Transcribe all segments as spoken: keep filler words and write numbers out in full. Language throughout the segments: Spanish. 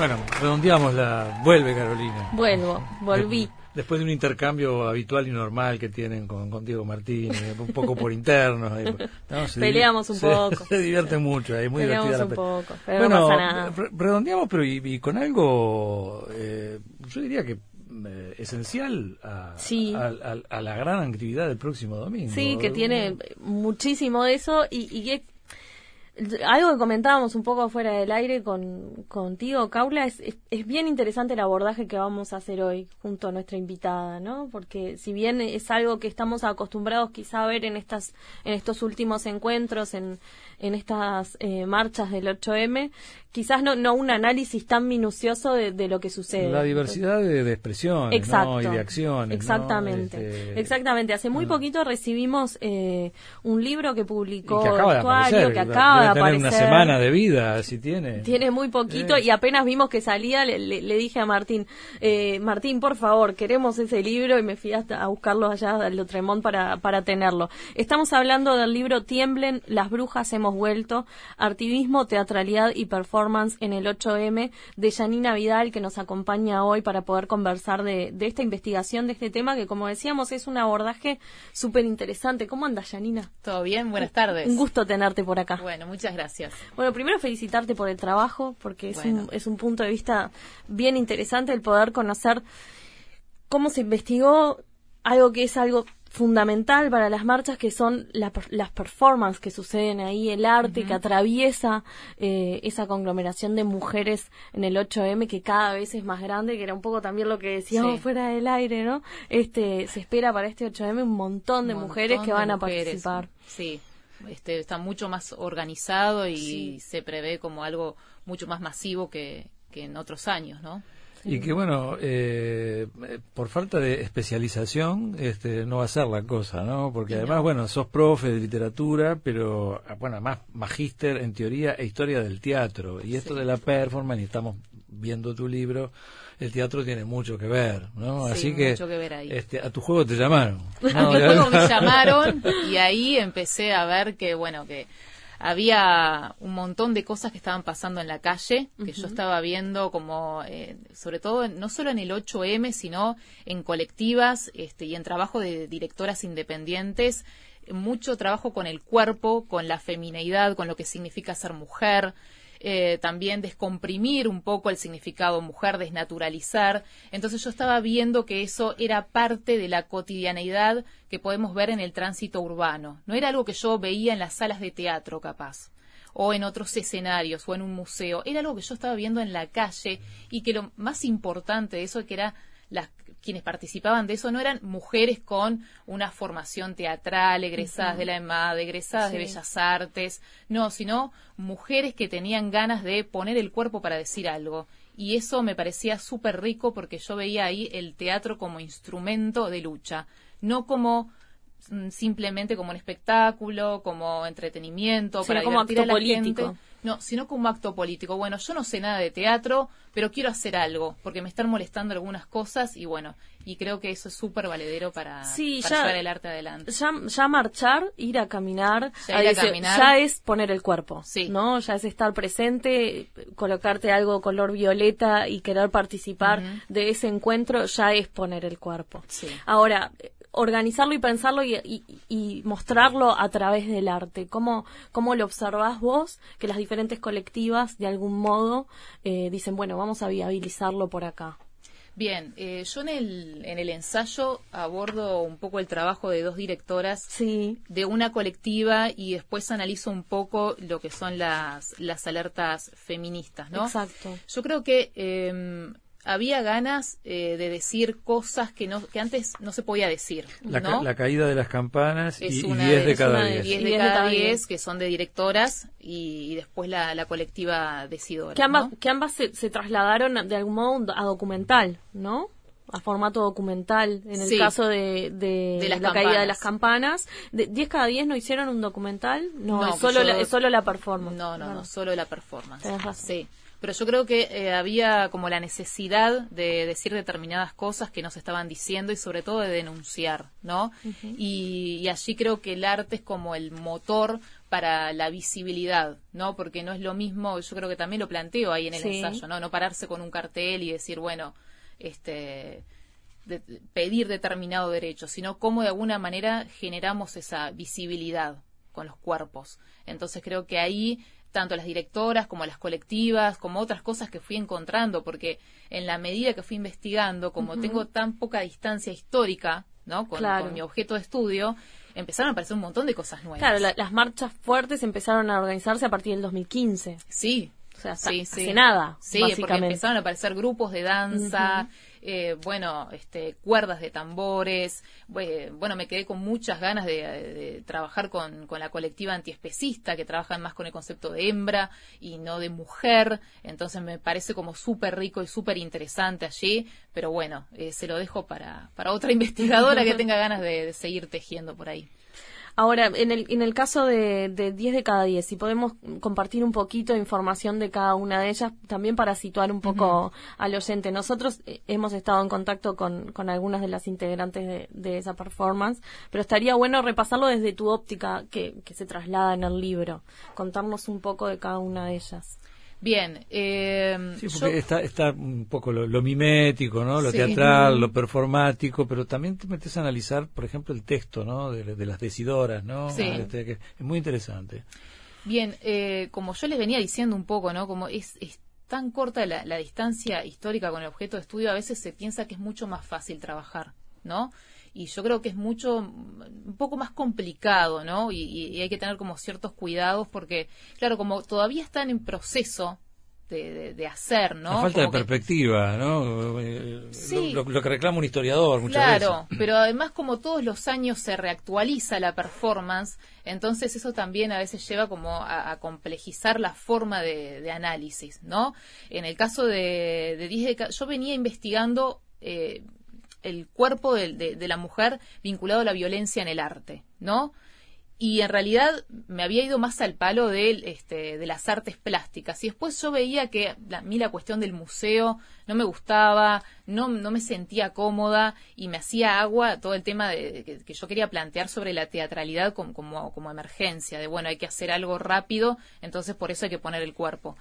Bueno, redondeamos la... Vuelve Carolina. Vuelvo, volví. Después de un intercambio habitual y normal que tienen con, con Diego Martínez, un poco por internos. ¿no? Se Peleamos un se, poco. Se divierte mucho, es muy Peleamos divertida un la poco, pero bueno, no pasa nada. Re redondeamos, pero y, y con algo, eh, yo diría que eh, esencial a, sí. a, a, a la gran actividad del próximo domingo. Sí, que tiene muchísimo de eso y, y que algo que comentábamos un poco fuera del aire con contigo, Kaula, es, es, es bien interesante el abordaje que vamos a hacer hoy junto a nuestra invitada, ¿no? Porque si bien es algo que estamos acostumbrados quizá a ver en estas en estos últimos encuentros, en, en estas eh, marchas del ocho eme, quizás no, no un análisis tan minucioso de, de lo que sucede. La diversidad de, de expresiones, ¿no? Y de acciones. Exactamente, ¿no? Este... exactamente. Hace muy poquito recibimos eh, un libro que publicó que acaba de aparecer, que acaba de aparecer. Una semana de vida, si tiene. Tiene muy poquito, eh. y apenas vimos que salía, le, le, le dije a Martín, eh, Martín, por favor, queremos ese libro, y me fui hasta a buscarlo allá al Lotremont para, para tenerlo. Estamos hablando del libro Tiemblen, las brujas hemos vuelto, activismo, teatralidad y performance en el ocho eme, de Yanina Vidal, que nos acompaña hoy para poder conversar de, de esta investigación, de este tema, que como decíamos, es un abordaje súper interesante. ¿Cómo andas, Yanina? Todo bien, buenas tardes. Un gusto tenerte por acá. Bueno, muchas gracias. Bueno, primero felicitarte por el trabajo, porque es, bueno. un, es un punto de vista bien interesante el poder conocer cómo se investigó algo que es algo fundamental para las marchas, que son la, las performances que suceden ahí, el arte uh-huh. que atraviesa eh, esa conglomeración de mujeres en el ocho eme, que cada vez es más grande, que era un poco también lo que decíamos sí. fuera del aire, ¿no? Este, se espera para este ocho eme un montón de un mujeres montón que van a mujeres, participar. Sí. Este, está mucho más organizado y sí. se prevé como algo mucho más masivo que, que en otros años, ¿no? Y que bueno, eh, por falta de especialización, este, no va a ser la cosa, ¿no? Porque y además, no. bueno, sos profe de literatura, pero bueno, además magíster en teoría e historia del teatro. Y esto sí. de la performance, y estamos viendo tu libro, el teatro tiene mucho que ver, ¿no? Sí, así que, mucho que ver ahí. Este, a tu juego te llamaron. ¿no? A mi juego me llamaron y ahí empecé a ver que, bueno, que había un montón de cosas que estaban pasando en la calle, que uh-huh. yo estaba viendo como, eh, sobre todo, no solo en el ocho eme, sino en colectivas este, y en trabajo de directoras independientes, mucho trabajo con el cuerpo, con la femineidad, con lo que significa ser mujer, eh, también descomprimir un poco el significado mujer, desnaturalizar. Entonces yo estaba viendo que eso era parte de la cotidianeidad que podemos ver en el tránsito urbano. No era algo que yo veía en las salas de teatro, capaz, o en otros escenarios, o en un museo. Era algo que yo estaba viendo en la calle, y que lo más importante de eso, que era las quienes participaban de eso, no eran mujeres con una formación teatral, egresadas uh-huh. de la EMAD, egresadas sí. de Bellas Artes, no, sino mujeres que tenían ganas de poner el cuerpo para decir algo. Y eso me parecía súper rico, porque yo veía ahí el teatro como instrumento de lucha, no como simplemente como un espectáculo, como entretenimiento, sino para como divertir acto a la político. gente. No, sino como acto político. Bueno, yo no sé nada de teatro, pero quiero hacer algo, porque me están molestando algunas cosas, y bueno, y creo que eso es súper valedero para, sí, para ya, llevar el arte adelante. Ya, ya marchar, ir a caminar, ya, ir a decir, caminar, ya es poner el cuerpo, sí. ¿no? Ya es estar presente, colocarte algo color violeta y querer participar uh-huh. de ese encuentro, ya es poner el cuerpo. Sí. Ahora, organizarlo y pensarlo y, y, y mostrarlo a través del arte. ¿Cómo, cómo lo observás vos? Que las diferentes colectivas, de algún modo, eh, dicen, bueno, vamos a viabilizarlo por acá. Bien, eh, yo en el, en el ensayo abordo un poco el trabajo de dos directoras sí. de una colectiva, y después analizo un poco lo que son las, las alertas feministas, ¿no? Exacto. Yo creo que eh, había ganas eh, de decir cosas que no que antes no se podía decir, la, ¿no? ca la caída de las campanas y diez de cada diez. diez de cada diez que son de directoras, y, y después la, la colectiva decidora. Que ambas, ¿no? que ambas se, se trasladaron de algún modo a documental, ¿no? A formato documental, en el sí, caso de, de, de las la campanas. caída de las campanas. De diez cada diez no hicieron un documental, no, no es, solo yo, la, es solo la performance. No, no, no, no solo la performance. Tenés razón. Sí. Pero yo creo que eh, había como la necesidad de decir determinadas cosas que no se estaban diciendo, y sobre todo de denunciar, ¿no? Uh-huh. Y, y allí creo que el arte es como el motor para la visibilidad, ¿no? Porque no es lo mismo, yo creo que también lo planteo ahí en el Sí. ensayo, ¿no? No pararse con un cartel y decir, bueno, este... De, de pedir determinado derecho, sino cómo de alguna manera generamos esa visibilidad con los cuerpos. Entonces creo que ahí tanto las directoras como las colectivas, como otras cosas que fui encontrando, porque en la medida que fui investigando, como uh-huh. tengo tan poca distancia histórica, ¿no? Con, claro. con mi objeto de estudio, empezaron a aparecer un montón de cosas nuevas. Claro, la, las marchas fuertes empezaron a organizarse a partir del dos mil quince. Sí. O sea, sí, hace sí. nada, sí, básicamente. Porque empezaron a aparecer grupos de danza, uh-huh. eh, bueno, este, cuerdas de tambores. Bueno, me quedé con muchas ganas de, de, de trabajar con, con la colectiva antiespecista, que trabajan más con el concepto de hembra y no de mujer. Entonces me parece como súper rico y súper interesante allí. Pero bueno, eh, se lo dejo para, para otra investigadora que tenga ganas de, de seguir tejiendo por ahí. Ahora, en el, en el caso de, de diez de cada diez, si podemos compartir un poquito de información de cada una de ellas, también para situar un poco uh-huh. al oyente. Nosotros eh, hemos estado en contacto con, con algunas de las integrantes de, de esa performance, pero estaría bueno repasarlo desde tu óptica que, que se traslada en el libro. Contarnos un poco de cada una de ellas. Bien. Eh, sí, porque yo... está, está un poco lo, lo mimético, ¿no? Lo sí. teatral, lo performático, pero también te metes a analizar, por ejemplo, el texto, ¿no? De, de las decidoras, ¿no? Sí. Este, que es muy interesante. Bien, eh, como yo les venía diciendo un poco, ¿no? Como es, es tan corta la, la distancia histórica con el objeto de estudio, a veces se piensa que es mucho más fácil trabajar, ¿no? Y yo creo que es mucho, un poco más complicado, ¿no? Y, y hay que tener como ciertos cuidados porque, claro, como todavía están en proceso de, de, de hacer, ¿no? La falta como de que... perspectiva, ¿no? Sí. Lo, lo, lo que reclama un historiador muchas claro, veces. Claro, pero además como todos los años se reactualiza la performance, entonces eso también a veces lleva como a, a complejizar la forma de, de análisis, ¿no? En el caso de, de diez de cada... Yo venía investigando... Eh, el cuerpo de, de, de la mujer vinculado a la violencia en el arte, ¿no? Y en realidad me había ido más al palo de, este, de las artes plásticas. Y después yo veía que la, a mí la cuestión del museo no me gustaba, no, no me sentía cómoda y me hacía agua todo el tema de, de, que, que yo quería plantear sobre la teatralidad como, como, como emergencia, de bueno, hay que hacer algo rápido, entonces por eso hay que poner el cuerpo.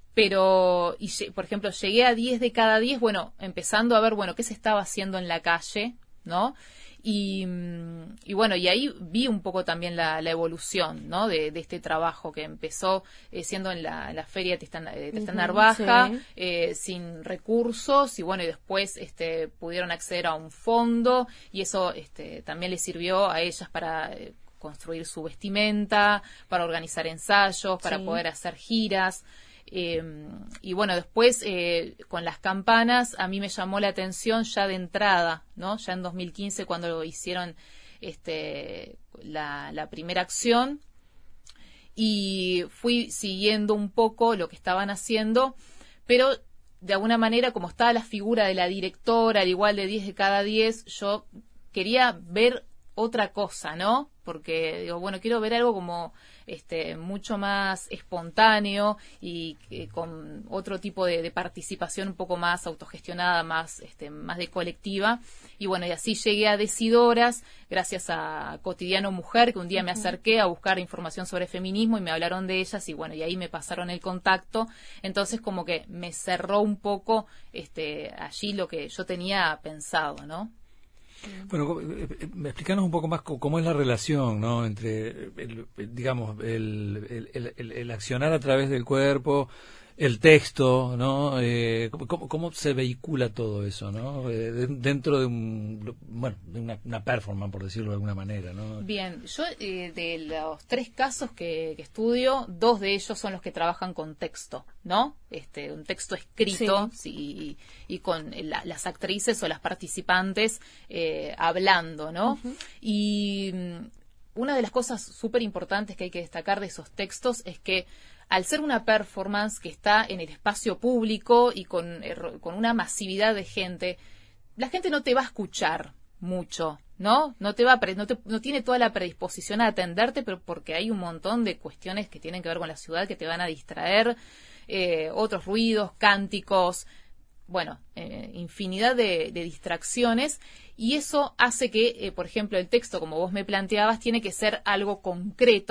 Pero, y, por ejemplo, llegué a diez de cada diez, bueno, empezando a ver, bueno, qué se estaba haciendo en la calle, ¿no? Y, y bueno, y ahí vi un poco también la, la evolución, ¿no? De, de este trabajo que empezó eh, siendo en la, la feria Tristán, eh, Tristán Narvaja, sí. eh, sin recursos, y bueno, y después este, pudieron acceder a un fondo, y eso este, también les sirvió a ellas para... Eh, construir su vestimenta, para organizar ensayos, para sí. poder hacer giras. Eh, y bueno, después eh, con las campanas a mí me llamó la atención ya de entrada, ¿no? Ya en dos mil quince cuando hicieron este, la, la primera acción, y fui siguiendo un poco lo que estaban haciendo, pero de alguna manera, como estaba la figura de la directora, al igual de diez de cada diez, yo quería ver otra cosa, ¿no? Porque digo, bueno, quiero ver algo como este mucho más espontáneo y eh, con otro tipo de, de participación un poco más autogestionada, más este más de colectiva. Y bueno, y así llegué a Decidoras gracias a Cotidiano Mujer, que un día me acerqué a buscar información sobre feminismo y me hablaron de ellas, y bueno, y ahí me pasaron el contacto. Entonces como que me cerró un poco este allí lo que yo tenía pensado, ¿no? Bueno, explícanos un poco más cómo es la relación, ¿no? Entre, el, digamos, el, el, el, el accionar a través del cuerpo, el texto, ¿no? Eh, ¿cómo, ¿Cómo se vehicula todo eso, ¿no? Eh, dentro de un, bueno, de una, una performance, por decirlo de alguna manera, ¿no? Bien, yo eh, de los tres casos que, que estudio, dos de ellos son los que trabajan con texto, ¿no? Este, un texto escrito, sí. Sí, y, y con la, las actrices o las participantes eh, hablando, ¿no? Uh-huh. Y um, una de las cosas súper importantes que hay que destacar de esos textos es que al ser una performance que está en el espacio público y con, con una masividad de gente, la gente no te va a escuchar mucho, ¿no? No te va a pre, no, te, no tiene toda la predisposición a atenderte, pero porque hay un montón de cuestiones que tienen que ver con la ciudad que te van a distraer, eh, otros ruidos, cánticos, bueno, eh, infinidad de, de distracciones, y eso hace que, eh, por ejemplo, el texto, como vos me planteabas, tiene que ser algo concreto,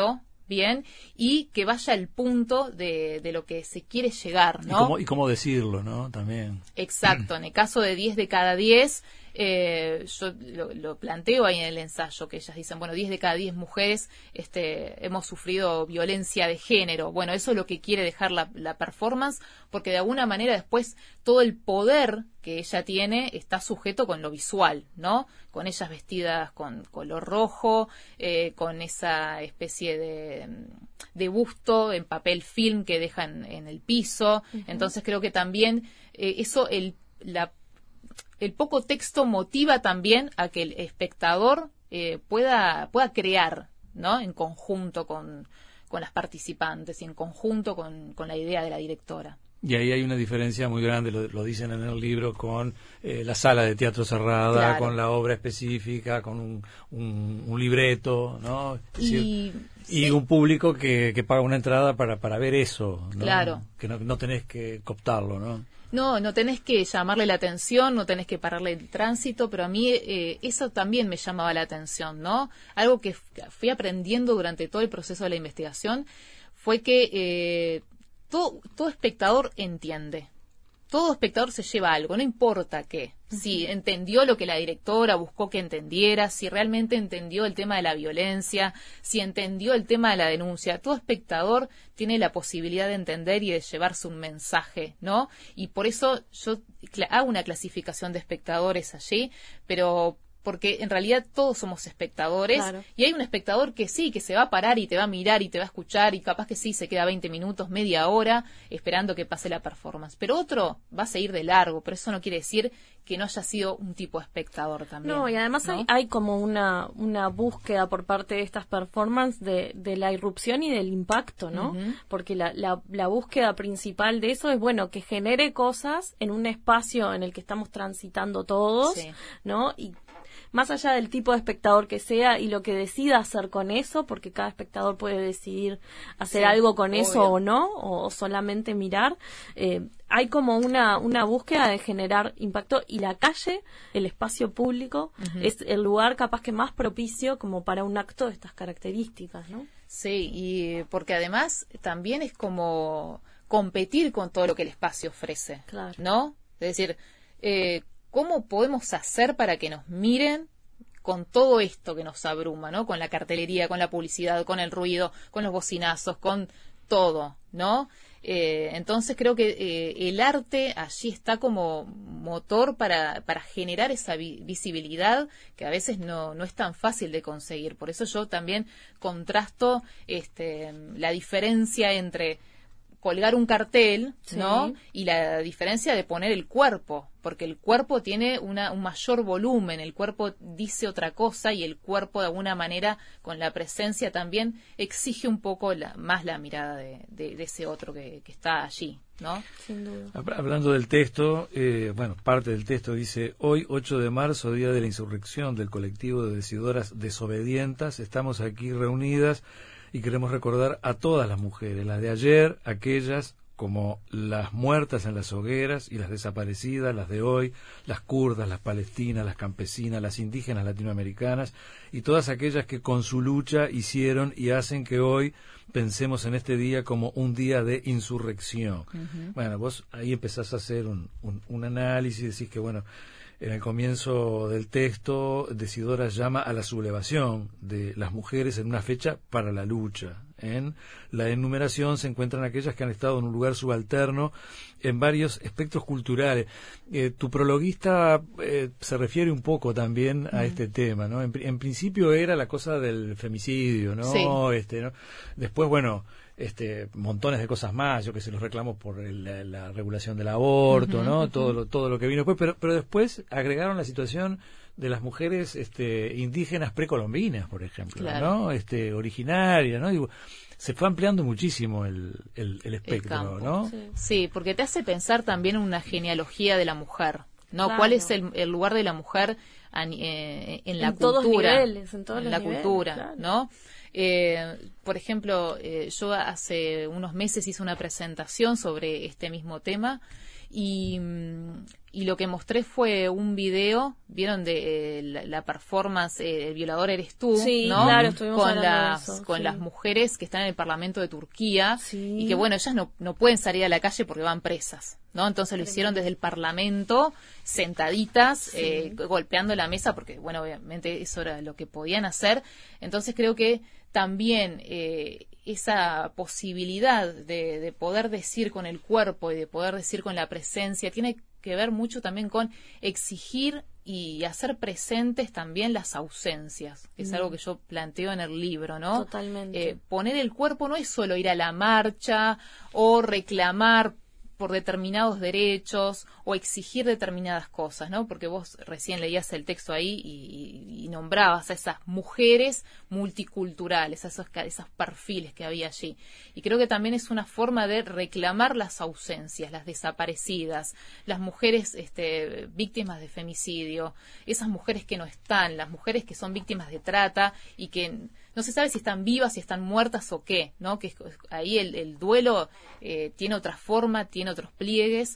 bien, y que vaya al punto de, de lo que se quiere llegar, ¿no? Y cómo, y cómo decirlo, ¿no? También. Exacto, en el caso de diez de cada diez, eh, yo lo, lo planteo ahí en el ensayo, que ellas dicen, bueno, diez de cada diez mujeres este, hemos sufrido violencia de género. Bueno, eso es lo que quiere dejar la, la performance, porque de alguna manera después todo el poder que ella tiene está sujeto con lo visual, ¿no? Con ellas vestidas con color rojo, eh, con esa especie de, de busto en papel film que dejan en el piso. Uh-huh. Entonces creo que también eh, eso, el, la, el poco texto motiva también a que el espectador eh, pueda, pueda crear, ¿no? En conjunto con, con las participantes y en conjunto con, con la idea de la directora. Y ahí hay una diferencia muy grande, lo, lo dicen en el libro, con eh, la sala de teatro cerrada, claro, con la obra específica, con un, un, un libreto, ¿no? Es decir, y, y sí, un público que, que paga una entrada para, para ver eso, ¿no? Claro. Que no, no tenés que cooptarlo, ¿no? No, no tenés que llamarle la atención, no tenés que pararle el tránsito, pero a mí eh, eso también me llamaba la atención, ¿no? Algo que fui aprendiendo durante todo el proceso de la investigación fue que eh, todo, todo espectador entiende. Todo espectador se lleva algo, no importa qué. Si entendió lo que la directora buscó que entendiera, si realmente entendió el tema de la violencia, si entendió el tema de la denuncia. Todo espectador tiene la posibilidad de entender y de llevarse un mensaje, ¿no? Y por eso yo hago una clasificación de espectadores allí, pero porque en realidad todos somos espectadores, claro, y hay un espectador que sí, que se va a parar y te va a mirar y te va a escuchar y capaz que sí, se queda veinte minutos, media hora esperando que pase la performance, pero otro va a seguir de largo, pero eso no quiere decir que no haya sido un tipo de espectador también. No, y además ¿no? hay, hay como una, una búsqueda por parte de estas performances de, de la irrupción y del impacto, ¿no? Uh-huh. Porque la, la, la búsqueda principal de eso es, bueno, que genere cosas en un espacio en el que estamos transitando todos, sí, ¿no? Y más allá del tipo de espectador que sea y lo que decida hacer con eso, porque cada espectador puede decidir hacer sí, algo con obvio. Eso o no, o solamente mirar, eh, hay como una, una búsqueda de generar impacto, y la calle, el espacio público, uh-huh, es el lugar capaz que más propicio como para un acto de estas características, ¿no? Sí, y porque además también es como competir con todo lo que el espacio ofrece, claro, ¿no? Es decir, eh, ¿cómo podemos hacer para que nos miren con todo esto que nos abruma, ¿no? Con la cartelería, con la publicidad, con el ruido, con los bocinazos, con todo, ¿no? Eh, entonces creo que eh, el arte allí está como motor para, para generar esa vi- visibilidad que a veces no, no es tan fácil de conseguir. Por eso yo también contrasto este, la diferencia entre colgar un cartel, ¿no? Sí. Y la diferencia de poner el cuerpo, porque el cuerpo tiene una, un mayor volumen, el cuerpo dice otra cosa y el cuerpo de alguna manera con la presencia también exige un poco la, más la mirada de, de, de ese otro que, que está allí, ¿no? Sin duda. Hablando del texto, eh, bueno, parte del texto dice: hoy, ocho de marzo, día de la insurrección del colectivo de decidoras desobedientas, estamos aquí reunidas y queremos recordar a todas las mujeres, las de ayer, aquellas como las muertas en las hogueras y las desaparecidas, las de hoy, las kurdas, las palestinas, las campesinas, las indígenas latinoamericanas y todas aquellas que con su lucha hicieron y hacen que hoy pensemos en este día como un día de insurrección. Uh-huh. Bueno, vos ahí empezás a hacer un, un, un análisis, decís que, bueno, en el comienzo del texto, Decidoras llama a la sublevación de las mujeres en una fecha para la lucha. En la enumeración se encuentran aquellas que han estado en un lugar subalterno en varios espectros culturales. Eh, tu prologuista eh, se refiere un poco también a mm. este tema, ¿no? En, en principio era la cosa del femicidio, ¿no? Sí. Este, ¿no? Después, bueno, este montones de cosas más, yo que sé, los reclamos por el, la, la regulación del aborto, uh-huh, ¿no? Uh-huh. Todo lo, todo lo que vino después, pero pero después agregaron la situación de las mujeres este indígenas precolombinas, por ejemplo, claro, ¿no? Este originarias, ¿no? Digo, se fue ampliando muchísimo el, el, el espectro, el ¿no? Sí. Sí, porque te hace pensar también en una genealogía de la mujer, ¿no? Claro. ¿Cuál es el, el lugar de la mujer en, eh, en la en cultura? Todos niveles, en todos en los la niveles, cultura, claro. ¿no? Eh, por ejemplo, eh, yo hace unos meses hice una presentación sobre este mismo tema y, y lo que mostré fue un video, vieron de eh, la, la performance eh, El violador eres tú, sí, ¿no? Claro, estuvimos con hablando las de eso, con sí. las mujeres que están en el Parlamento de Turquía, sí. y que bueno, ellas no, no pueden salir a la calle porque van presas, ¿no? Entonces lo hicieron desde el Parlamento, sentaditas, sí. eh, golpeando la mesa, porque bueno, obviamente eso era lo que podían hacer. Entonces creo que también eh, esa posibilidad de, de poder decir con el cuerpo y de poder decir con la presencia tiene que ver mucho también con exigir y hacer presentes también las ausencias, que es mm. algo que yo planteo en el libro, ¿no? Totalmente. Eh, poner el cuerpo no es solo ir a la marcha o reclamar por determinados derechos o exigir determinadas cosas, ¿no? Porque vos recién leías el texto ahí y, y, y nombrabas a esas mujeres multiculturales, a esos, a esos perfiles que había allí. Y creo que también es una forma de reclamar las ausencias, las desaparecidas, las mujeres este, víctimas de femicidio, esas mujeres que no están, las mujeres que son víctimas de trata y que no se sabe si están vivas, si están muertas o qué, ¿no? Que ahí el, el duelo eh, tiene otra forma, tiene otros pliegues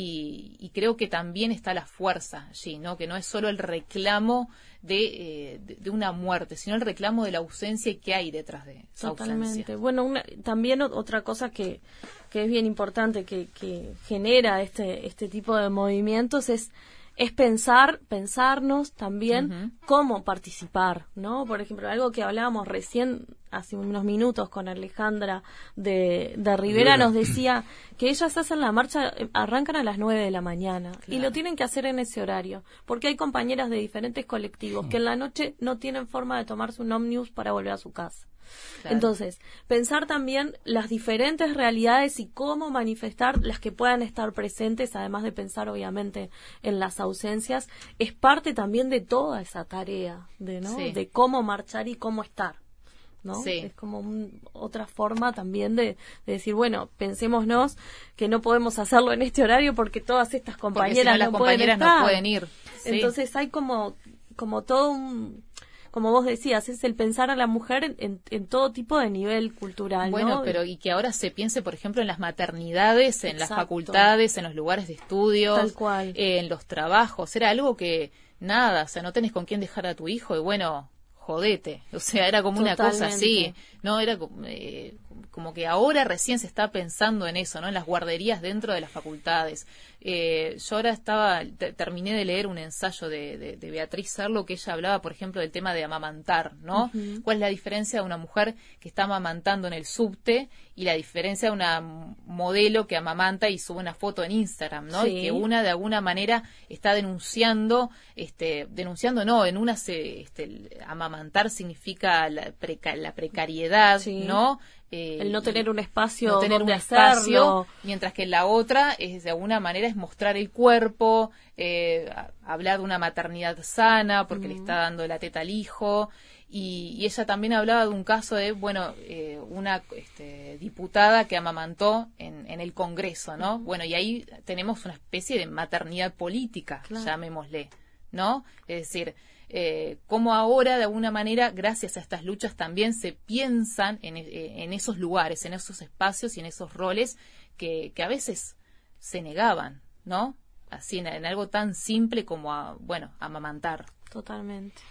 y, y creo que también está la fuerza allí, ¿no? Que no es solo el reclamo de, eh, de, de una muerte, sino el reclamo de la ausencia y qué hay detrás de esa Totalmente. ausencia. Bueno, una, también otra cosa que, que es bien importante que, que genera este, este tipo de movimientos es es pensar, pensarnos también uh-huh. cómo participar, ¿no? Por ejemplo, algo que hablábamos recién hace unos minutos con Alejandra de, de Rivera, nos decía que ellas hacen la marcha, arrancan a las nueve de la mañana claro. y lo tienen que hacer en ese horario, porque hay compañeras de diferentes colectivos que en la noche no tienen forma de tomarse un ómnibus para volver a su casa. Claro. Entonces, pensar también las diferentes realidades y cómo manifestar las que puedan estar presentes, además de pensar obviamente en las ausencias, es parte también de toda esa tarea de, ¿no? Sí. de cómo marchar y cómo estar, ¿no? Sí. Es como un, otra forma también de, de decir, bueno, pensémonos que no podemos hacerlo en este horario porque todas estas compañeras, si no, las no, compañeras pueden no pueden ir. Sí. Entonces hay como, como todo un... como vos decías, es el pensar a la mujer en, en, en todo tipo de nivel cultural, bueno, ¿no? pero y que ahora se piense, por ejemplo, en las maternidades, en Exacto. las facultades, en los lugares de estudios, Tal cual. Eh, en los trabajos. Era algo que, nada, o sea, no tenés con quién dejar a tu hijo y bueno, jodete. O sea, era como Totalmente. Una cosa así, ¿no? Era como, eh, como que ahora recién se está pensando en eso, ¿no? En las guarderías dentro de las facultades. Eh, yo ahora estaba, te, terminé de leer un ensayo de, de, de Beatriz Serlo que ella hablaba, por ejemplo, del tema de amamantar, ¿no? Uh-huh. ¿Cuál es la diferencia de una mujer que está amamantando en el subte y la diferencia de una modelo que amamanta y sube una foto en Instagram, ¿no? Sí. Y que una de alguna manera está denunciando, este, denunciando no, en una se, este, amamantar significa la, preca, la precariedad, sí. ¿no? Eh, el no tener un espacio no tener donde un espacio, hacerlo. Mientras que la otra es de alguna manera es mostrar el cuerpo, eh, a, hablar de una maternidad sana porque mm. le está dando la teta al hijo y, y ella también hablaba de un caso de bueno eh, una este, diputada que amamantó en, en el Congreso, ¿no? Mm. Bueno, y ahí tenemos una especie de maternidad política, claro. llamémosle, ¿no? Es decir, Eh, cómo ahora de alguna manera gracias a estas luchas también se piensan en, eh, en esos lugares, en esos espacios y en esos roles que, que a veces se negaban, ¿no? Así en, en algo tan simple como a, bueno, amamantar. Totalmente.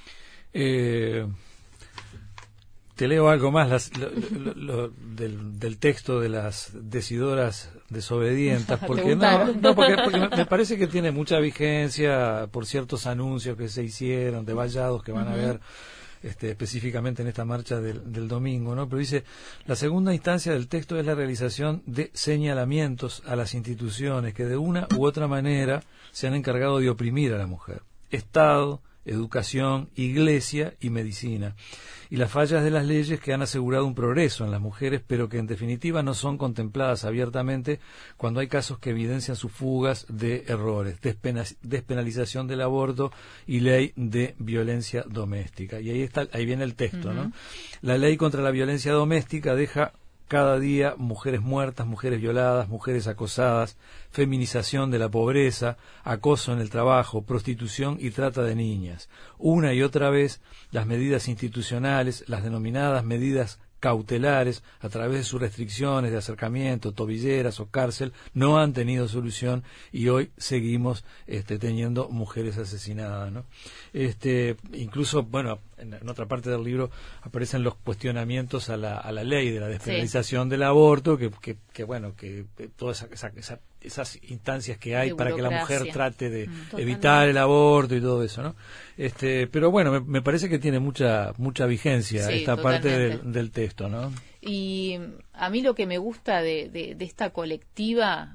Eh, te leo algo más las, lo, lo, lo, del, del texto de las decidoras desobedientes, porque no, no porque, porque me parece que tiene mucha vigencia por ciertos anuncios que se hicieron de vallados que van uh-huh. a haber este, específicamente en esta marcha del, del domingo, ¿no? Pero dice, la segunda instancia del texto es la realización de señalamientos a las instituciones que de una u otra manera se han encargado de oprimir a la mujer. Estado, educación, iglesia y medicina, y las fallas de las leyes que han asegurado un progreso en las mujeres, pero que en definitiva no son contempladas abiertamente cuando hay casos que evidencian sus fugas de errores, despena, despenalización del aborto y ley de violencia doméstica. Y ahí está, ahí viene el texto, uh-huh. ¿no? La ley contra la violencia doméstica deja cada día mujeres muertas, mujeres violadas, mujeres acosadas, feminización de la pobreza, acoso en el trabajo, prostitución y trata de niñas. Una y otra vez las medidas institucionales, las denominadas medidas cautelares, a través de sus restricciones de acercamiento, tobilleras o cárcel, no han tenido solución y hoy seguimos este, teniendo mujeres asesinadas, ¿no? Este, incluso, bueno, en, en otra parte del libro aparecen los cuestionamientos a la, a la ley de la despenalización sí. del aborto, que, que, que bueno, que toda esa, esa, esa esas instancias que hay de para que la mujer trate de mm, evitar el aborto y todo eso, ¿no? Este, pero bueno, me, me parece que tiene mucha mucha vigencia sí, esta totalmente. parte del, del texto, ¿no? Y a mí lo que me gusta de, de, de esta colectiva,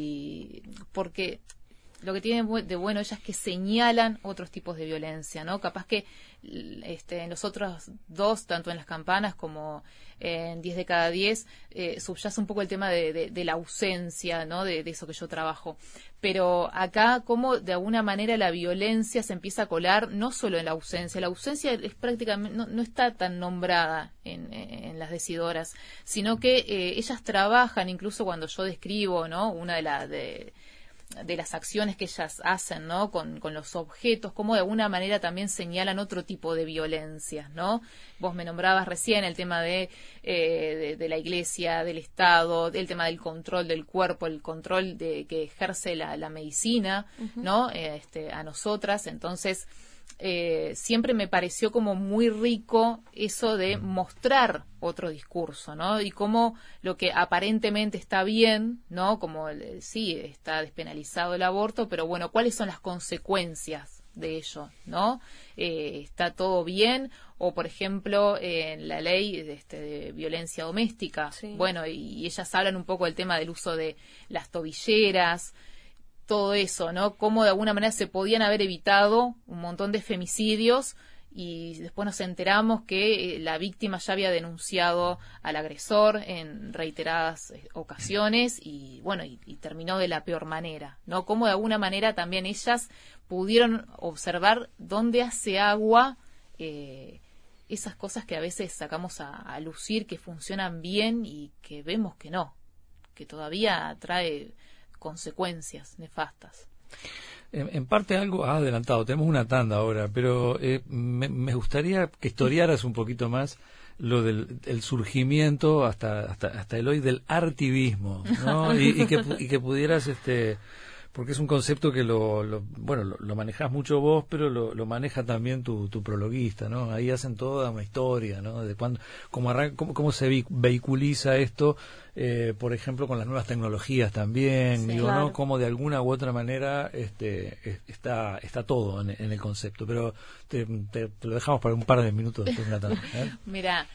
y porque lo que tienen de bueno ellas es que señalan otros tipos de violencia, ¿no? Capaz que este, en los otros dos, tanto en Las Campanas como en diez de cada diez, eh, subyace un poco el tema de, de, de la ausencia, ¿no? De, de eso que yo trabajo. Pero acá, como de alguna manera la violencia se empieza a colar, no solo en la ausencia, la ausencia es prácticamente, no, no está tan nombrada en, en las decidoras, sino que eh, ellas trabajan, incluso cuando yo describo, ¿no? Una de las... de de las acciones que ellas hacen, ¿no? Con, con los objetos, como de alguna manera también señalan otro tipo de violencias, ¿no? Vos me nombrabas recién el tema de, eh, de, de la Iglesia, del Estado, el tema del control del cuerpo, el control de que ejerce la, la medicina, uh-huh. ¿no? Eh, este, a nosotras, entonces... Eh, siempre me pareció como muy rico eso de mostrar otro discurso, ¿no? Y cómo lo que aparentemente está bien, ¿no? Como el, sí, está despenalizado el aborto, pero bueno, ¿cuáles son las consecuencias de ello, ¿no? Eh, ¿Está todo bien? O, por ejemplo, en eh, la ley de, este, de violencia doméstica, sí. bueno, y, y ellas hablan un poco del tema del uso de las tobilleras, todo eso, ¿no? Cómo de alguna manera se podían haber evitado un montón de femicidios y después nos enteramos que eh, la víctima ya había denunciado al agresor en reiteradas eh, ocasiones y, bueno, y, y terminó de la peor manera, ¿no? Cómo de alguna manera también ellas pudieron observar dónde hace agua eh, esas cosas que a veces sacamos a, a lucir que funcionan bien y que vemos que no, que todavía trae consecuencias nefastas. En, en parte algo has adelantado, tenemos una tanda ahora, pero eh, me, me gustaría que historiaras un poquito más lo del el surgimiento hasta, hasta hasta el hoy del artivismo, ¿no? y, y que y que pudieras este porque es un concepto que lo, lo bueno lo, lo manejás mucho vos, pero lo, lo maneja también tu, tu prologuista, ¿no? Ahí hacen toda una historia, ¿no? De cuándo, cómo, arranca, cómo, cómo se vehiculiza esto, eh, por ejemplo, con las nuevas tecnologías también, sí, digo, claro. ¿no? Cómo de alguna u otra manera este está está todo en, en el concepto, pero te, te, te lo dejamos para un par de minutos después de una tarde, ¿eh? Mira.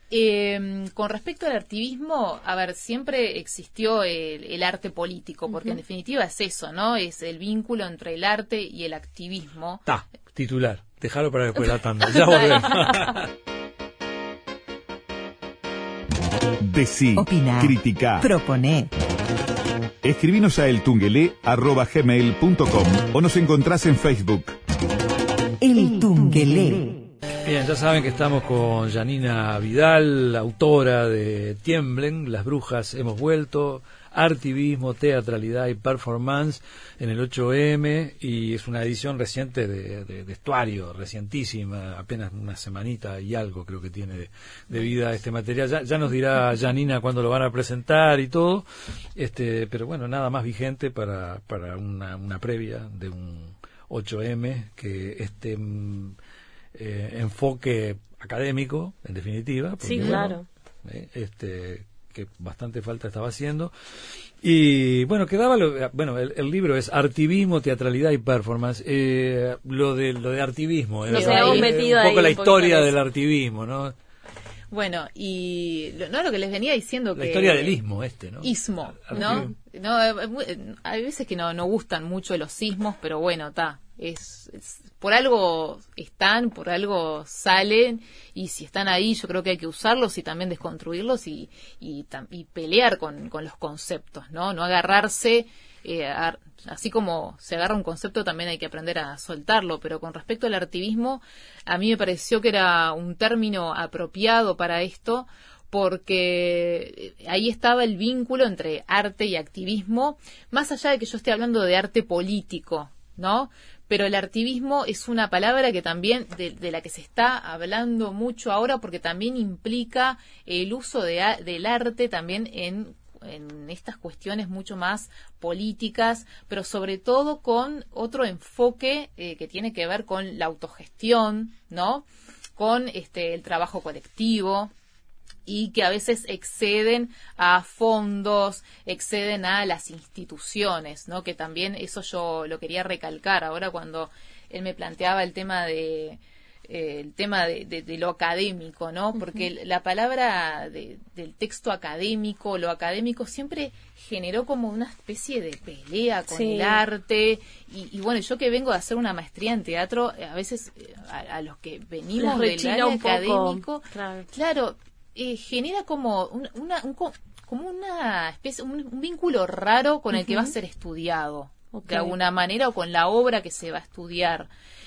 Eh, con respecto al artivismo, a ver, siempre existió el, el arte político, porque uh-huh. en definitiva es eso, ¿no? Es el vínculo entre el arte y el activismo. Ta, titular, déjalo para después de la tanda, ya volvemos. Decí, opiná, criticá, proponé. Escribinos a eltungelé arroba gmail punto com o nos encontrás en Facebook. El Tungelé. Bien, ya saben que estamos con Janina Vidal, autora de Tiemblen, Las Brujas Hemos Vuelto, Artivismo, Teatralidad y Performance en el ocho eme, y es una edición reciente de, de, de Estuario, recientísima, apenas una semanita y algo creo que tiene de, de vida este material. Ya, ya nos dirá Janina cuándo lo van a presentar y todo, este, pero bueno, nada más vigente para, para una, una previa de un ocho eme que este... Eh, enfoque académico, en definitiva, porque, sí, claro, bueno, eh, este que bastante falta estaba haciendo, y bueno, quedaba lo, bueno, el, el libro es Artivismo, Teatralidad y Performance, eh, lo de lo de artivismo, eh, no, eh, un, metido un poco ahí, la un historia del artivismo, ¿no? Bueno, y lo, no lo que les venía diciendo la que... La historia del ismo este, ¿no? Ismo, ¿no? no eh, hay veces que no, no gustan mucho los ismos, pero bueno, está. Es, es, por algo están, por algo salen, y si están ahí yo creo que hay que usarlos y también desconstruirlos y, y, y pelear con, con los conceptos, ¿no? No agarrarse... Eh, a, así como se agarra un concepto también hay que aprender a soltarlo, pero con respecto al artivismo a mí me pareció que era un término apropiado para esto porque ahí estaba el vínculo entre arte y activismo, más allá de que yo esté hablando de arte político, ¿no? pero el artivismo es una palabra que también de, de la que se está hablando mucho ahora, porque también implica el uso de, del arte también en en estas cuestiones mucho más políticas, pero sobre todo con otro enfoque eh, que tiene que ver con la autogestión, ¿no? Con este el trabajo colectivo, y que a veces exceden a fondos, exceden a las instituciones, ¿no? Que también eso yo lo quería recalcar ahora cuando él me planteaba el tema de Eh, el tema de, de, de lo académico, ¿no? Porque uh-huh. la palabra de, del texto académico, lo académico siempre generó como una especie de pelea con sí. el arte y, y bueno, yo que vengo de hacer una maestría en teatro, a veces a, a los que venimos del área académico, claro, claro eh, genera como un, una, un, como una especie, un, un vínculo raro con el uh-huh. que va a ser estudiado, okay. de alguna manera, o con la obra que se va a estudiar.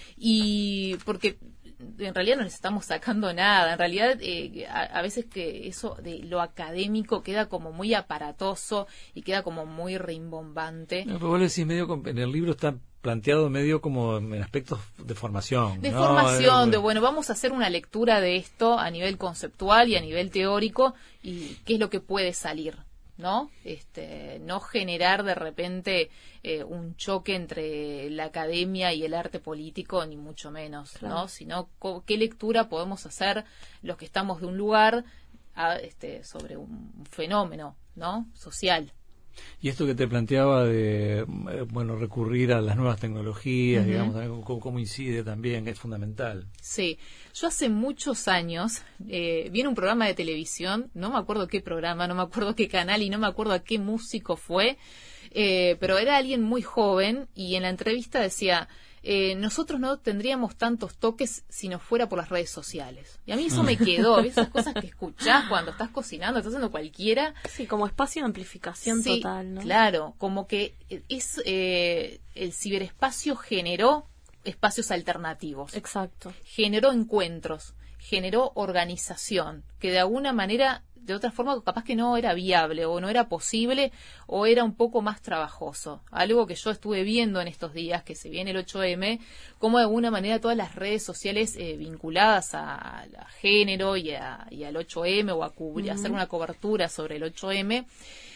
Y porque en realidad no les estamos sacando nada, en realidad eh, a, a veces que eso de lo académico queda como muy aparatoso y queda como muy rimbombante. No, pero vos decís medio, en el libro está planteado medio como en aspectos de formación. De ¿no? formación, de bueno, vamos a hacer una lectura de esto a nivel conceptual y a nivel teórico y qué es lo que puede salir, ¿no? Este, no generar de repente eh, un choque entre la academia y el arte político, ni mucho menos, claro. ¿no? Sino co- qué lectura podemos hacer los que estamos de un lugar a, este, sobre un fenómeno, ¿no? Social. Y esto que te planteaba de, eh, bueno, recurrir a las nuevas tecnologías, uh-huh. digamos, cómo, cómo incide también, es fundamental. Sí, yo hace muchos años eh, vi en un programa de televisión, no me acuerdo qué programa, no me acuerdo qué canal y no me acuerdo a qué músico fue, eh, pero era alguien muy joven y en la entrevista decía... Eh, nosotros no tendríamos tantos toques si no fuera por las redes sociales. Y a mí eso me quedó, esas cosas que escuchás cuando estás cocinando, estás haciendo cualquiera. Sí, como espacio de amplificación sí, total, ¿no? Claro, como que es eh, el ciberespacio generó espacios alternativos. Exacto. Generó encuentros, generó organización, que de alguna manera... de otra forma capaz que no era viable o no era posible o era un poco más trabajoso. Algo que yo estuve viendo en estos días, que se viene el ocho eme, como de alguna manera todas las redes sociales eh, vinculadas a, a género y, a, y al ocho eme o a cubrir, uh-huh. hacer una cobertura sobre el ocho eme,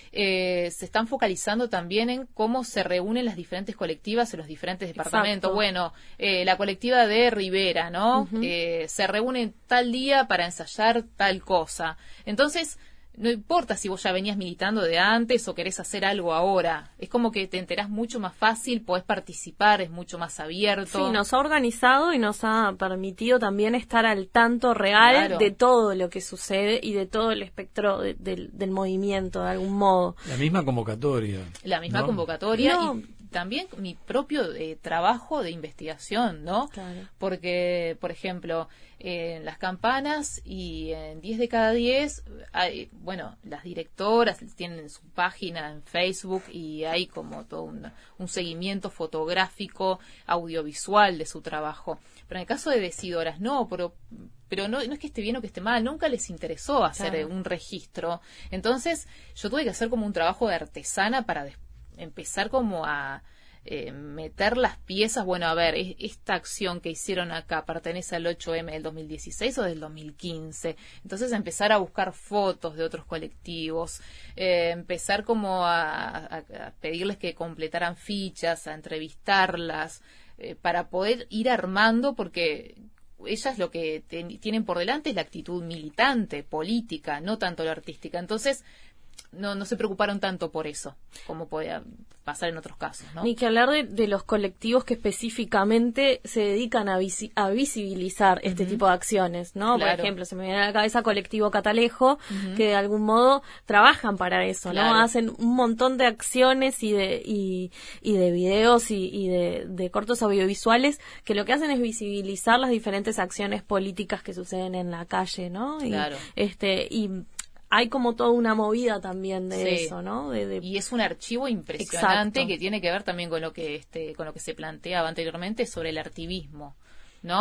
Eh, se están focalizando también en cómo se reúnen las diferentes colectivas en los diferentes departamentos. Exacto. Bueno, eh, la colectiva de Rivera, ¿no? Uh-huh. Eh, se reúnen tal día para ensayar tal cosa. Entonces, no importa si vos ya venías militando de antes o querés hacer algo ahora. Es como que te enterás mucho más fácil, podés participar, es mucho más abierto. Sí, nos ha organizado y nos ha permitido también estar al tanto real claro. de todo lo que sucede y de todo el espectro de, de, del movimiento, de algún modo. La misma convocatoria. La misma ¿no? convocatoria no. y también mi propio eh, trabajo de investigación, ¿no? Claro. Porque, por ejemplo, eh, en las campanas y en diez de cada diez, hay, bueno, las directoras tienen su página en Facebook y hay como todo un, un seguimiento fotográfico, audiovisual de su trabajo. Pero en el caso de decidoras, no, pero... pero no, no es que esté bien o que esté mal, nunca les interesó hacer claro. un registro. Entonces, yo tuve que hacer como un trabajo de artesana para des- empezar como a eh, meter las piezas. Bueno, a ver, es, esta acción que hicieron acá pertenece al ocho eme del dos mil dieciséis o del dos mil quince. Entonces, empezar a buscar fotos de otros colectivos, eh, empezar como a, a, a pedirles que completaran fichas, a entrevistarlas, eh, para poder ir armando, porque... ellas lo que te, tienen por delante es la actitud militante, política, no tanto la artística. Entonces, no, no se preocuparon tanto por eso, como podía pasar en otros casos, ¿no? Ni que hablar de, de los colectivos que específicamente se dedican a, visi- a visibilizar este uh-huh. tipo de acciones, ¿no? Claro. Por ejemplo, se me viene a la cabeza Colectivo Catalejo, uh-huh. que de algún modo trabajan para eso, claro. ¿no? Hacen un montón de acciones y de y, y de videos y, y de, de cortos audiovisuales que lo que hacen es visibilizar las diferentes acciones políticas que suceden en la calle, ¿no? Y, claro. Este, y hay como toda una movida también de sí. eso, ¿no? De, de... Y es un archivo impresionante. Exacto. Que tiene que ver también con lo que este con lo que se planteaba anteriormente sobre el artivismo, ¿no?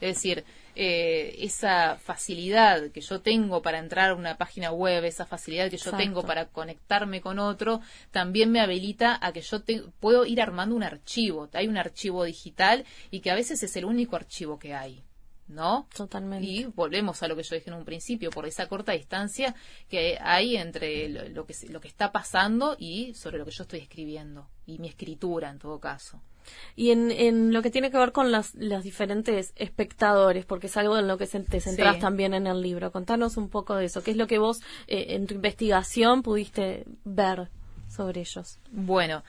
Es decir, eh, esa facilidad que yo tengo para entrar a una página web, esa facilidad que yo Exacto. tengo para conectarme con otro, también me habilita a que yo te, puedo ir armando un archivo. Hay un archivo digital y que a veces es el único archivo que hay, ¿no? Totalmente. Y volvemos a lo que yo dije en un principio, por esa corta distancia que hay entre lo, lo que lo que está pasando y sobre lo que yo estoy escribiendo, y mi escritura en todo caso. Y en, en lo que tiene que ver con las, los diferentes espectadores, porque es algo en lo que se, te centrás Sí. también en el libro. Contanos un poco de eso. ¿Qué es lo que vos eh, en tu investigación pudiste ver sobre ellos? Bueno,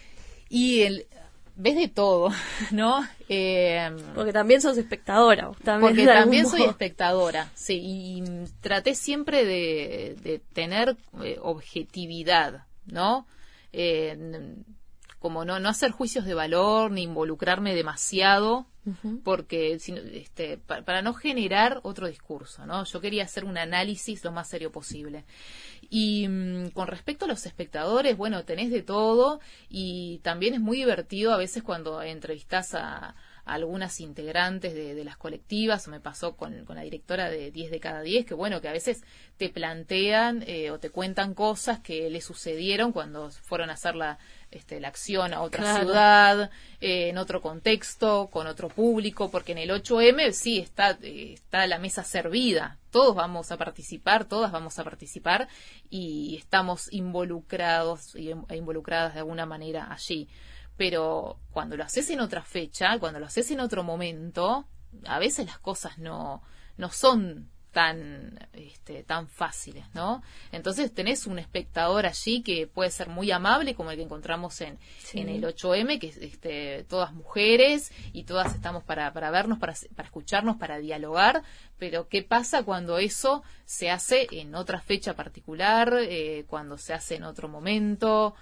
y el, ves de todo, ¿no? Eh, Porque también sos espectadora. Vos también, porque de algún también soy modo. espectadora, sí, y, y traté siempre de, de tener eh, objetividad, ¿no? Eh, como no, no hacer juicios de valor, ni involucrarme demasiado, Ujú. porque sino, este, pa, para no generar otro discurso, ¿no? Yo quería hacer un análisis lo más serio posible. Y mmm, con respecto a los espectadores, bueno, tenés de todo, y también es muy divertido a veces cuando entrevistás a, a algunas integrantes de, de las colectivas, o me pasó con, con la directora de diez de cada diez, que bueno, que a veces te plantean eh, o te cuentan cosas que le sucedieron cuando fueron a hacer la Este, la acción a otra Claro. ciudad, eh, en otro contexto, con otro público, porque en el ocho eme sí está, eh, está la mesa servida, todos vamos a participar, todas vamos a participar y estamos involucrados y, e involucradas de alguna manera allí. Pero cuando lo haces en otra fecha, cuando lo haces en otro momento, a veces las cosas no, no son tan este, tan fáciles, ¿no? Entonces tenés un espectador allí que puede ser muy amable, como el que encontramos en, Sí. en el ocho eme, que es este, todas mujeres y todas estamos para, para vernos, para, para escucharnos, para dialogar, pero ¿qué pasa cuando eso se hace en otra fecha particular, eh, cuando se hace en otro momento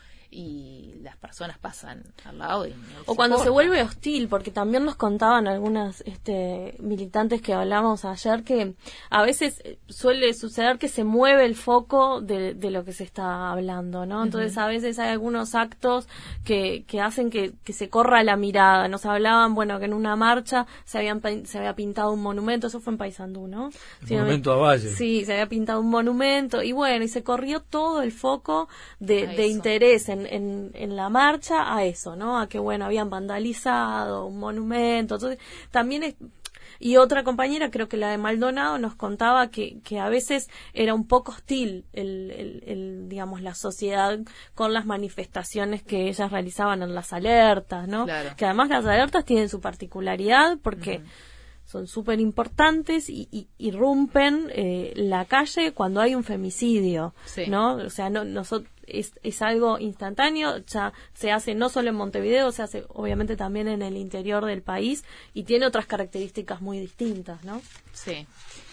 y las personas pasan al lado? Y no O cuando se importa. vuelve hostil, porque también nos contaban algunas este, militantes que hablamos ayer que a veces eh, suele suceder que se mueve el foco de, de lo que se está hablando, ¿no? Entonces Ujú. a veces hay algunos actos que, que hacen que, que se corra la mirada. Nos hablaban, bueno, que en una marcha se, habían, pin- se había pintado un monumento, eso fue en Paysandú, ¿no? El Sí, monumento a Valle. Sí, se había pintado un monumento y bueno, y se corrió todo el foco de, A de eso. interés en, en, en la marcha a eso, ¿no? A que, bueno, habían vandalizado un monumento. Entonces, también es... Y otra compañera, creo que la de Maldonado, nos contaba que, que a veces era un poco hostil el, el, el, digamos, la sociedad con las manifestaciones que ellas realizaban en las alertas, ¿no? Claro. Que además las alertas tienen su particularidad porque... Ujú. son súper importantes y, y irrumpen eh, la calle cuando hay un femicidio, Sí. ¿no? O sea, no, nosotros es, es algo instantáneo, ya se hace no solo en Montevideo, se hace obviamente también en el interior del país y tiene otras características muy distintas, ¿no? Sí.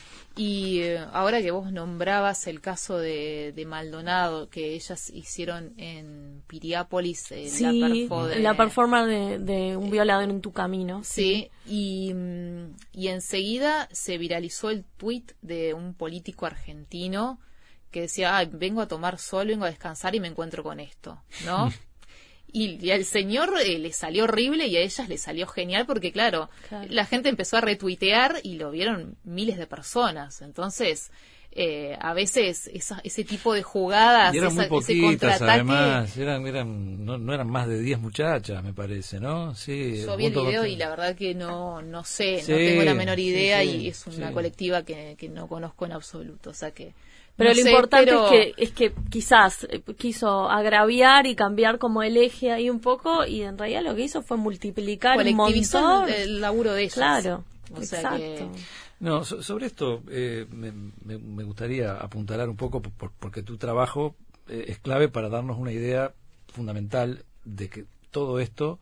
Y eh, ahora que vos nombrabas el caso de, de Maldonado, que ellas hicieron en Piriápolis, eh, Sí, la perfo de... la performance de, de un violador en tu camino. Sí, y, mm, y enseguida se viralizó el tuit de un político argentino que decía, ah, vengo a tomar sol, vengo a descansar y me encuentro con esto, ¿no? Y, y al señor eh, le salió horrible y a ellas le salió genial porque, claro, Claro. la gente empezó a retuitear y lo vieron miles de personas. Entonces, eh, a veces esa, ese tipo de jugadas, Y eran esa- muy ese poquitas, contraataque... además, eran, eran, no, no eran más de diez muchachas, me parece, ¿no? Sí. Yo vi el junto video con- y la verdad que no no sé, Sí, no tengo la menor idea sí, sí, y es una sí. colectiva que, que no conozco en absoluto, o sea que... Pero no lo sé, importante pero es que es que quizás eh, quiso agraviar y cambiar como el eje ahí un poco y en realidad lo que hizo fue multiplicar un colectivizó montón. el laburo de ellas. Claro, O sea exacto. que- No, so- sobre esto eh, me, me- me gustaría apuntalar un poco por- por- porque tu trabajo eh, es clave para darnos una idea fundamental de que todo esto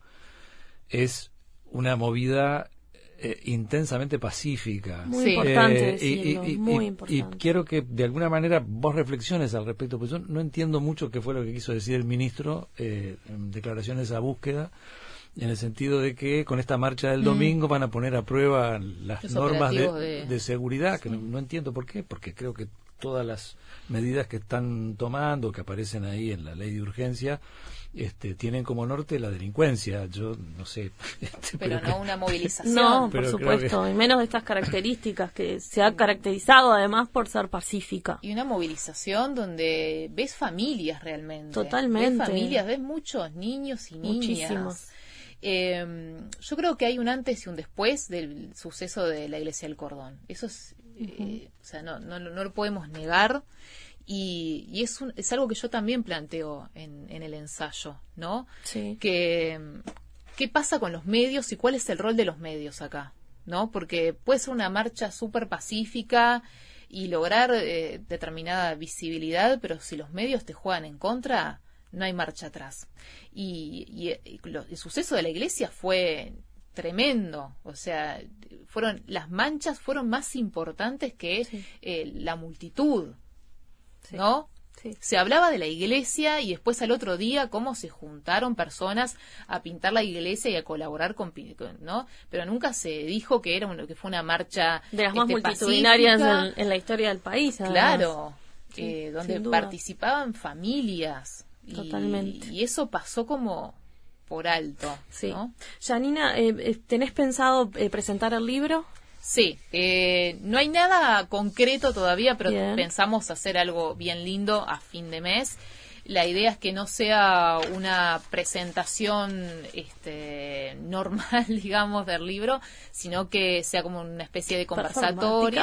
es una movida eh, intensamente pacífica. Muy Sí. importante Eh, y- decirlo, y, y- muy y- importante. y quiero que de alguna manera vos reflexiones al respecto, porque yo no entiendo mucho qué fue lo que quiso decir el ministro eh, en declaraciones a búsqueda, en el sentido de que con esta marcha del Mm. domingo van a poner a prueba las Los normas de, operativos de- de seguridad, que no, no entiendo por qué, porque creo que todas las medidas que están tomando, que aparecen ahí en la ley de urgencia, este, tienen como norte la delincuencia. Yo no sé. Este, pero, pero no que... una movilización. No, por supuesto, que... y menos de estas características, que se ha caracterizado además por ser pacífica. Y una movilización donde ves familias realmente. Totalmente. Ves familias, ves muchos niños y niñas. Muchísimos. Eh, yo creo que hay un antes y un después del suceso de la Iglesia del Cordón. Eso es, uh-huh. eh, o sea, no, no, no lo podemos negar. Y, y es, un, es algo que yo también planteo en, en el ensayo, ¿no? Sí. Que, ¿qué pasa con los medios y cuál es el rol de los medios acá? ¿No? Porque puede ser una marcha súper pacífica y lograr eh, determinada visibilidad, pero si los medios te juegan en contra, no hay marcha atrás. Y, y, y lo, el suceso de la iglesia fue tremendo, o sea, fueron las manchas fueron más importantes que sí. eh, la multitud. Sí, ¿no? Sí. Se hablaba de la iglesia y después al otro día cómo se juntaron personas a pintar la iglesia y a colaborar con, ¿no? Pero nunca se dijo que era un, que fue una marcha de las este, más multitudinarias en, en la historia del país. Además. Claro, sí, eh, donde participaban familias. Totalmente. Y, y eso pasó como por alto. Sí. ¿no? Janina, eh, ¿tenés pensado eh, presentar el libro? Sí, eh, no hay nada concreto todavía, pero bien. Pensamos hacer algo bien lindo a fin de mes. La idea es que no sea una presentación este, normal, digamos, del libro, sino que sea como una especie de conversatoria.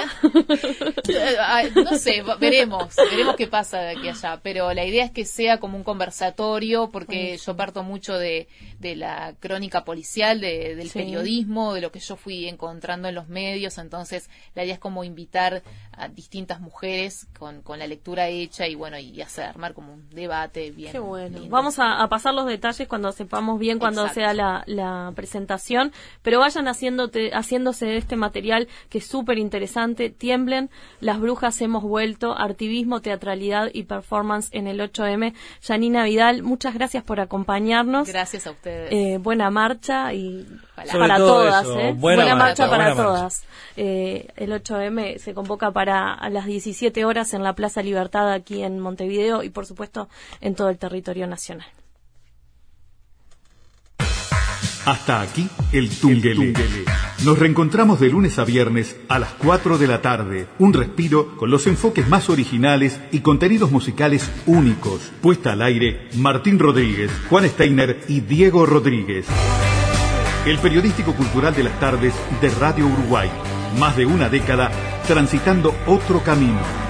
No sé, veremos, veremos qué pasa de aquí a allá, pero la idea es que sea como un conversatorio, porque yo parto mucho de, de la crónica policial, de, del sí. periodismo, de lo que yo fui encontrando en los medios, entonces la idea es como invitar a distintas mujeres con, con la lectura hecha y bueno, y hacer, armar como un debate. Bien, Qué bueno. Bien. Vamos a, a pasar los detalles cuando sepamos bien cuando Exacto. sea la, la presentación, pero vayan haciéndote, haciéndose de este material que es súper interesante. Tiemblen, las brujas hemos vuelto, artivismo, teatralidad y performance en el ocho eme. Janina Vidal, muchas gracias por acompañarnos. Gracias a ustedes. Eh, buena marcha y Sobre para todas, eso, ¿eh? Buena, buena marcha, marcha para buena todas. Marcha. Eh, el ocho eme se convoca para a las diecisiete horas en la Plaza Libertad aquí en Montevideo y por supuesto en todo el territorio nacional. Hasta aquí el Tungelé. Nos reencontramos de lunes a viernes a las cuatro de la tarde. Un respiro con los enfoques más originales y contenidos musicales únicos. Puesta al aire, Martín Rodríguez, Juan Steiner y Diego Rodríguez. El periodístico cultural de las tardes de Radio Uruguay. Más de una década transitando otro camino.